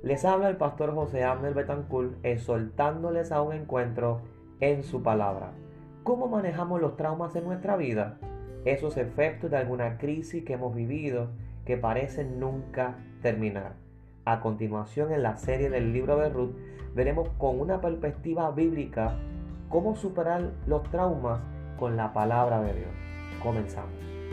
Les habla el pastor José Abner Betancourt, exhortándoles a un encuentro en su palabra. ¿Cómo manejamos los traumas en nuestra vida? Esos efectos de alguna crisis que hemos vivido que parecen nunca terminar. A continuación, en la serie del libro de Ruth, veremos con una perspectiva bíblica cómo superar los traumas con la palabra de Dios. Comenzamos.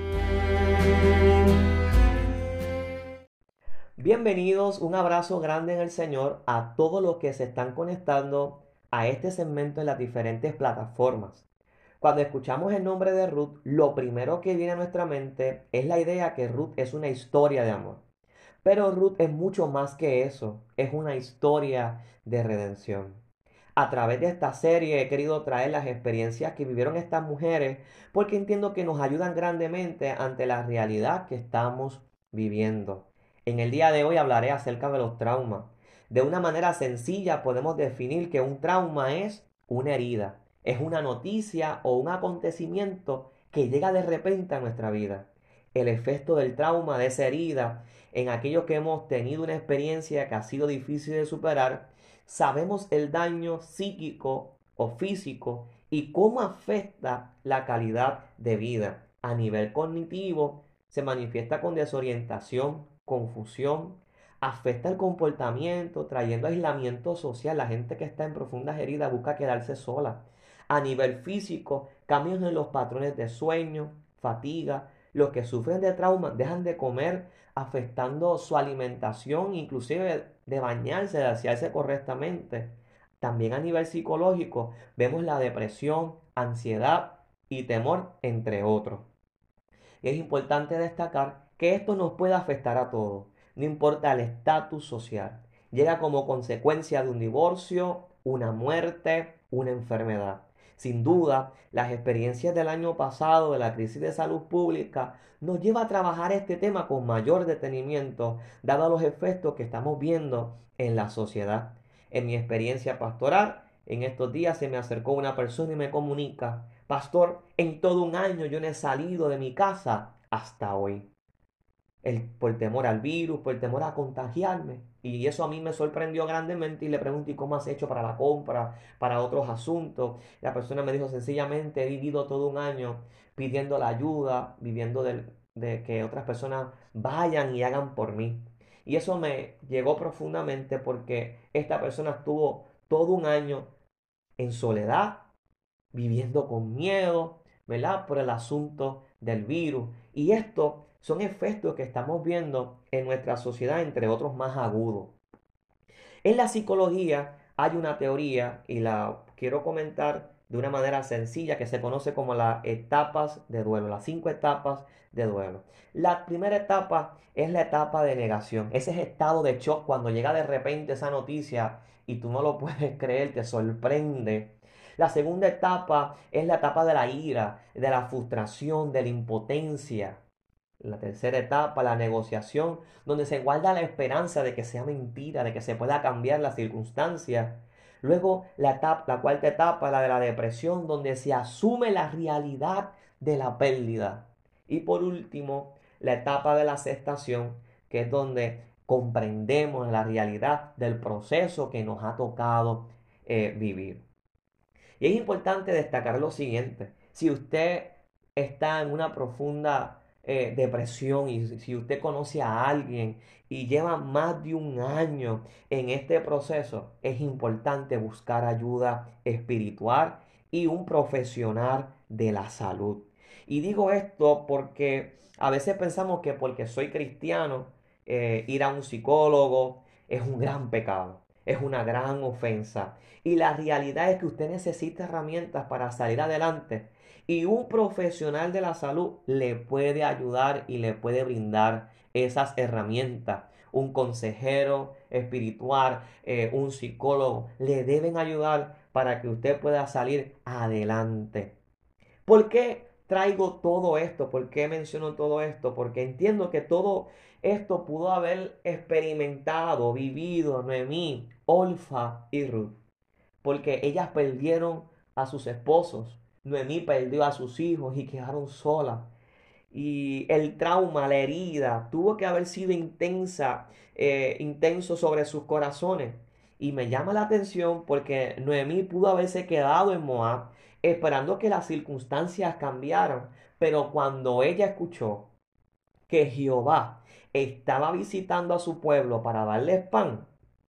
Bienvenidos, un abrazo grande en el Señor a todos los que se están conectando a este segmento en las diferentes plataformas. Cuando escuchamos el nombre de Ruth, lo primero que viene a nuestra mente es la idea que Ruth es una historia de amor. Pero Ruth es mucho más que eso, es una historia de redención. A través de esta serie he querido traer las experiencias que vivieron estas mujeres porque entiendo que nos ayudan grandemente ante la realidad que estamos viviendo. En el día de hoy hablaré acerca de los traumas. De una manera sencilla podemos definir que un trauma es una herida, es una noticia o un acontecimiento que llega de repente a nuestra vida. El efecto del trauma, de esa herida, en aquellos que hemos tenido una experiencia que ha sido difícil de superar, sabemos el daño psíquico o físico y cómo afecta la calidad de vida. A nivel cognitivo, se manifiesta con desorientación, confusión, afecta el comportamiento, trayendo aislamiento social. La gente que está en profundas heridas busca quedarse sola. A nivel físico, cambios en los patrones de sueño, fatiga. Los que sufren de trauma dejan de comer, afectando su alimentación, inclusive de bañarse, de asearse correctamente. También a nivel psicológico vemos la depresión, ansiedad y temor, entre otros. Y es importante destacar que esto nos puede afectar a todos, no importa el estatus social. Llega como consecuencia de un divorcio, una muerte, una enfermedad. Sin duda, las experiencias del año pasado de la crisis de salud pública nos lleva a trabajar este tema con mayor detenimiento, dado los efectos que estamos viendo en la sociedad. En mi experiencia pastoral, en estos días se me acercó una persona y me comunica: pastor, en todo un año yo no he salido de mi casa hasta hoy. Por temor al virus, por temor a contagiarme. Y eso a mí me sorprendió grandemente y le pregunté: ¿y cómo has hecho para la compra, para otros asuntos? La persona me dijo: sencillamente he vivido todo un año pidiendo la ayuda, viviendo de que otras personas vayan y hagan por mí. Y eso me llegó profundamente porque esta persona estuvo todo un año en soledad, viviendo con miedo, ¿verdad? Por el asunto del virus. Y estos son efectos que estamos viendo en nuestra sociedad, entre otros más agudos. En la psicología hay una teoría y la quiero comentar de una manera sencilla que se conoce como las etapas de duelo, las 5 etapas de duelo. La primera etapa es la etapa de negación, ese es estado de shock cuando llega de repente esa noticia y tú no lo puedes creer, te sorprende. La segunda etapa es la etapa de la ira, de la frustración, de la impotencia. La tercera etapa, la negociación, donde se guarda la esperanza de que sea mentira, de que se pueda cambiar la circunstancia. Luego la cuarta etapa, la de la depresión, donde se asume la realidad de la pérdida. Y por último, la etapa de la aceptación, que es donde comprendemos la realidad del proceso que nos ha tocado vivir. Y es importante destacar lo siguiente: si usted está en una profunda depresión y si usted conoce a alguien y lleva más de un año en este proceso, es importante buscar ayuda espiritual y un profesional de la salud. Y digo esto porque a veces pensamos que porque soy cristiano, ir a un psicólogo es un gran pecado, es una gran ofensa. Y la realidad es que usted necesita herramientas para salir adelante. Y un profesional de la salud le puede ayudar y le puede brindar esas herramientas. Un consejero espiritual, un psicólogo, le deben ayudar para que usted pueda salir adelante. ¿Por qué traigo todo esto? ¿Por qué menciono todo esto? Porque entiendo que todo esto pudo haber experimentado, vivido Noemí, Olfa y Ruth, porque ellas perdieron a sus esposos. Noemí perdió a sus hijos y quedaron solas. y el trauma, la herida, tuvo que haber sido intenso sobre sus corazones. Y me llama la atención porque Noemí pudo haberse quedado en Moab esperando que las circunstancias cambiaran, pero cuando ella escuchó que Jehová estaba visitando a su pueblo para darles pan,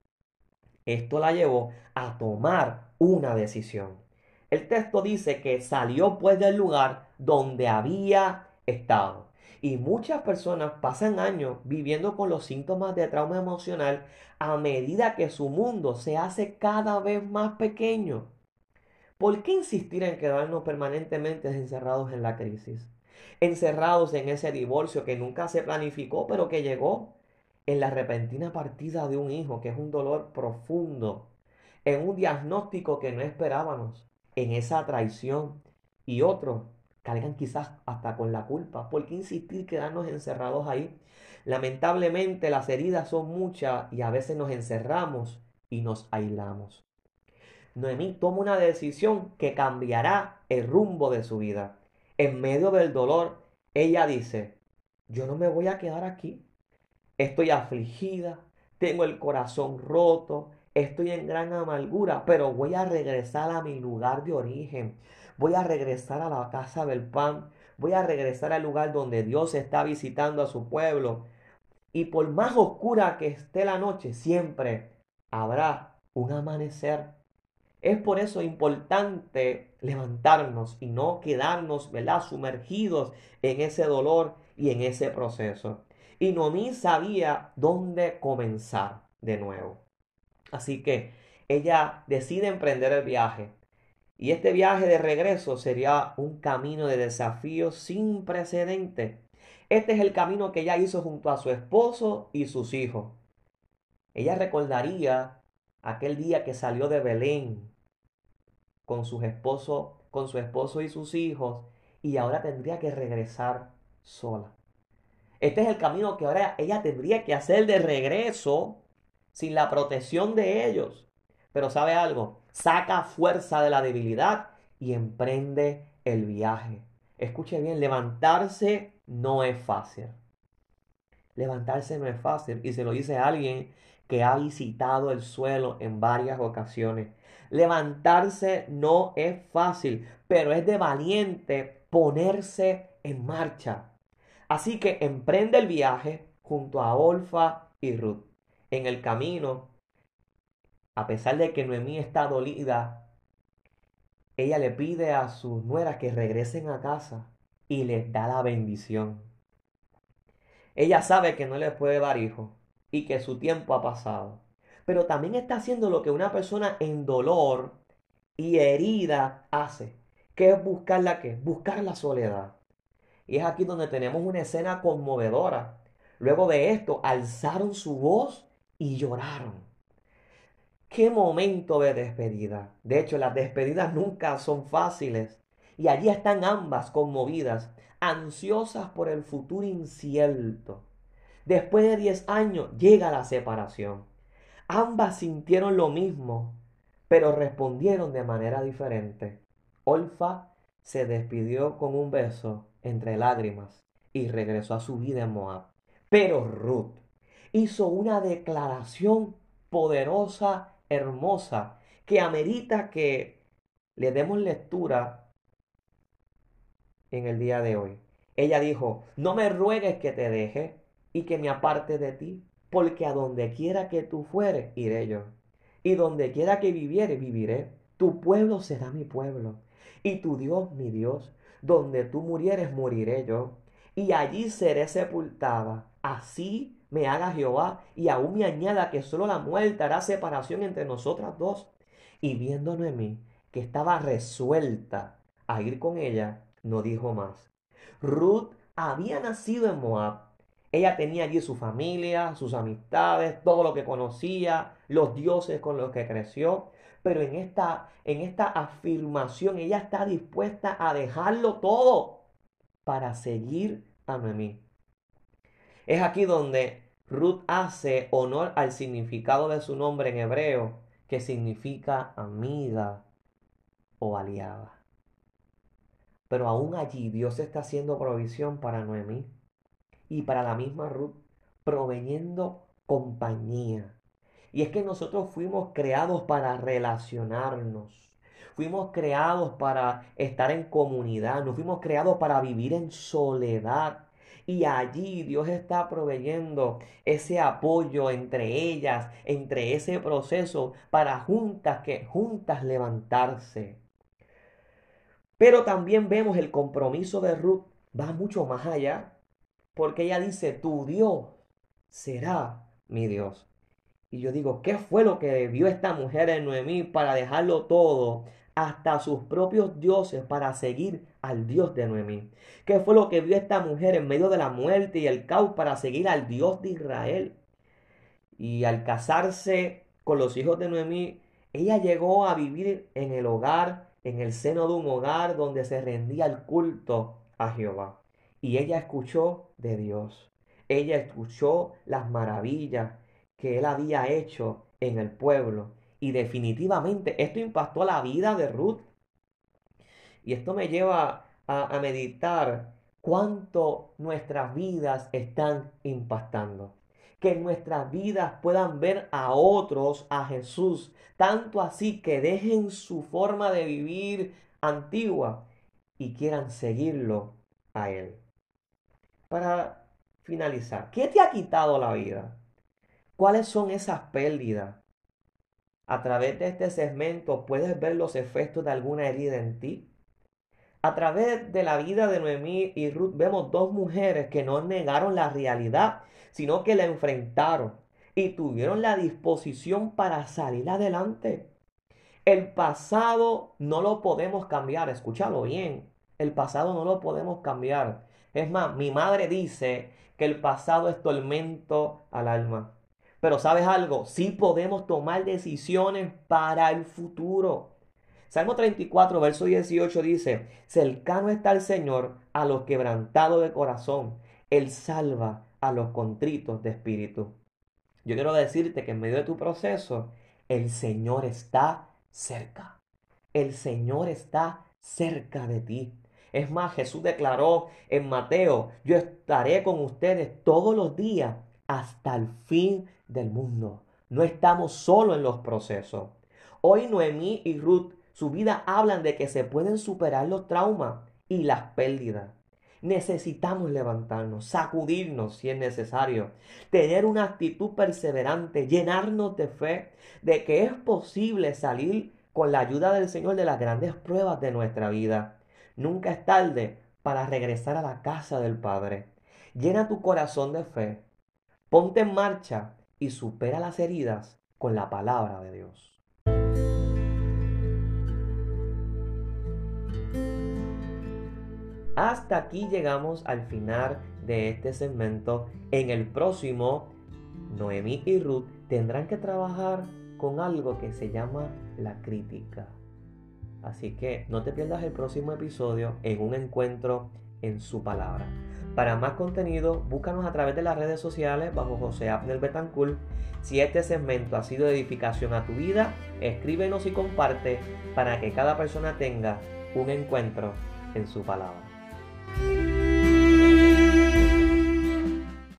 esto la llevó a tomar una decisión. El texto dice que salió pues del lugar donde había estado. Y muchas personas pasan años viviendo con los síntomas de trauma emocional a medida que su mundo se hace cada vez más pequeño. ¿Por qué insistir en quedarnos permanentemente encerrados en la crisis? Encerrados en ese divorcio que nunca se planificó, pero que llegó en la repentina partida de un hijo, que es un dolor profundo, en un diagnóstico que no esperábamos, en esa traición. Y otros cargan quizás hasta con la culpa. ¿Por qué insistir quedarnos encerrados ahí? Lamentablemente las heridas son muchas y a veces nos encerramos y nos aislamos. Noemí toma una decisión que cambiará el rumbo de su vida. En medio del dolor, ella dice, yo no me voy a quedar aquí. Estoy afligida, tengo el corazón roto, estoy en gran amargura, pero voy a regresar a mi lugar de origen. Voy a regresar a la casa del pan. Voy a regresar al lugar donde Dios está visitando a su pueblo. Y por más oscura que esté la noche, siempre habrá un amanecer. Es por eso importante levantarnos y no quedarnos, ¿verdad?, sumergidos en ese dolor y en ese proceso. Y Noemí sabía dónde comenzar de nuevo. Así que ella decide emprender el viaje. Y este viaje de regreso sería un camino de desafíos sin precedentes. Este es el camino que ella hizo junto a su esposo y sus hijos. Ella recordaría aquel día que salió de Belén con su esposo y sus hijos, y ahora tendría que regresar sola. Este es el camino que ahora ella tendría que hacer de regreso sin la protección de ellos. Pero ¿sabe algo? Saca fuerza de la debilidad y emprende el viaje. Escuche bien, levantarse no es fácil. Levantarse no es fácil y se lo dice a alguien que ha visitado el suelo en varias ocasiones. Levantarse no es fácil, pero es de valiente ponerse en marcha. Así que emprende el viaje junto a Orfa y Ruth. En el camino, a pesar de que Noemí está dolida, ella le pide a sus nueras que regresen a casa y les da la bendición. Ella sabe que no le puede dar hijos y que su tiempo ha pasado. Pero también está haciendo lo que una persona en dolor y herida hace, que es buscar la qué, buscar la soledad. Y es aquí donde tenemos una escena conmovedora. Luego de esto, alzaron su voz y lloraron. Qué momento de despedida. De hecho, las despedidas nunca son fáciles. Y allí están ambas conmovidas, ansiosas por el futuro incierto. Después de 10 años llega la separación. Ambas sintieron lo mismo, pero respondieron de manera diferente. Olfa se despidió con un beso entre lágrimas y regresó a su vida en Moab. Pero Ruth hizo una declaración poderosa, hermosa, que amerita que le demos lectura en el día de hoy. Ella dijo, no me ruegues que te deje y que me aparte de ti, porque a donde quiera que tú fueres, iré yo. Y donde quiera que viviere, viviré. Tu pueblo será mi pueblo, y tu Dios mi Dios. Donde tú murieres, moriré yo, y allí seré sepultada. Así me haga Jehová, y aún me añada que solo la muerte hará separación entre nosotras dos. Y viendo Noemí que estaba resuelta a ir con ella, no dijo más. Ruth había nacido en Moab. Ella tenía allí su familia, sus amistades, todo lo que conocía, los dioses con los que creció. Pero en esta afirmación ella está dispuesta a dejarlo todo para seguir a Noemí. Es aquí donde Ruth hace honor al significado de su nombre en hebreo, que significa amiga o aliada. Pero aún allí Dios está haciendo provisión para Noemí y para la misma Ruth, proveyendo compañía. Y es que nosotros fuimos creados para relacionarnos. Fuimos creados para estar en comunidad. No fuimos creados para vivir en soledad. Y allí Dios está proveyendo ese apoyo entre ellas, entre ese proceso, para juntas levantarse. Pero también vemos el compromiso de Ruth va mucho más allá, porque ella dice, tu Dios será mi Dios. Y yo digo, ¿qué fue lo que vio esta mujer en Noemí para dejarlo todo, hasta sus propios dioses, para seguir al Dios de Noemí? ¿Qué fue lo que vio esta mujer en medio de la muerte y el caos para seguir al Dios de Israel? Y al casarse con los hijos de Noemí, ella llegó a vivir en el hogar, en el seno de un hogar donde se rendía el culto a Jehová. Y ella escuchó de Dios. Ella escuchó las maravillas que él había hecho en el pueblo. Y definitivamente esto impactó la vida de Ruth. Y esto me lleva a meditar cuánto nuestras vidas están impactando. Que nuestras vidas puedan ver a otros, a Jesús, tanto así que dejen su forma de vivir antigua y quieran seguirlo a Él. Para finalizar, ¿qué te ha quitado la vida? ¿Cuáles son esas pérdidas? A través de este segmento puedes ver los efectos de alguna herida en ti. A través de la vida de Noemí y Ruth vemos dos mujeres que no negaron la realidad, sino que la enfrentaron y tuvieron la disposición para salir adelante. El pasado no lo podemos cambiar, escúchalo bien, el pasado no lo podemos cambiar. Es más, mi madre dice que el pasado es tormento al alma. Pero ¿sabes algo? Sí podemos tomar decisiones para el futuro. Salmo 34, verso 18 dice, cercano está el Señor a los quebrantados de corazón. Él salva a los contritos de espíritu. Yo quiero decirte que en medio de tu proceso, el Señor está cerca. El Señor está cerca de ti. Es más, Jesús declaró en Mateo, yo estaré con ustedes todos los días hasta el fin del mundo. No estamos solo en los procesos. Hoy Noemí y Ruth, su vida hablan de que se pueden superar los traumas y las pérdidas. Necesitamos levantarnos, sacudirnos si es necesario, tener una actitud perseverante, llenarnos de fe, de que es posible salir con la ayuda del Señor de las grandes pruebas de nuestra vida. Nunca es tarde para regresar a la casa del Padre. Llena tu corazón de fe, ponte en marcha y supera las heridas con la palabra de Dios. Hasta aquí llegamos al final de este segmento. En el próximo, Noemí y Ruth tendrán que trabajar con algo que se llama la crítica. Así que no te pierdas el próximo episodio en un encuentro en su palabra. Para más contenido, búscanos a través de las redes sociales bajo José Abner Betancourt. Si este segmento ha sido de edificación a tu vida, escríbenos y comparte para que cada persona tenga un encuentro en su palabra.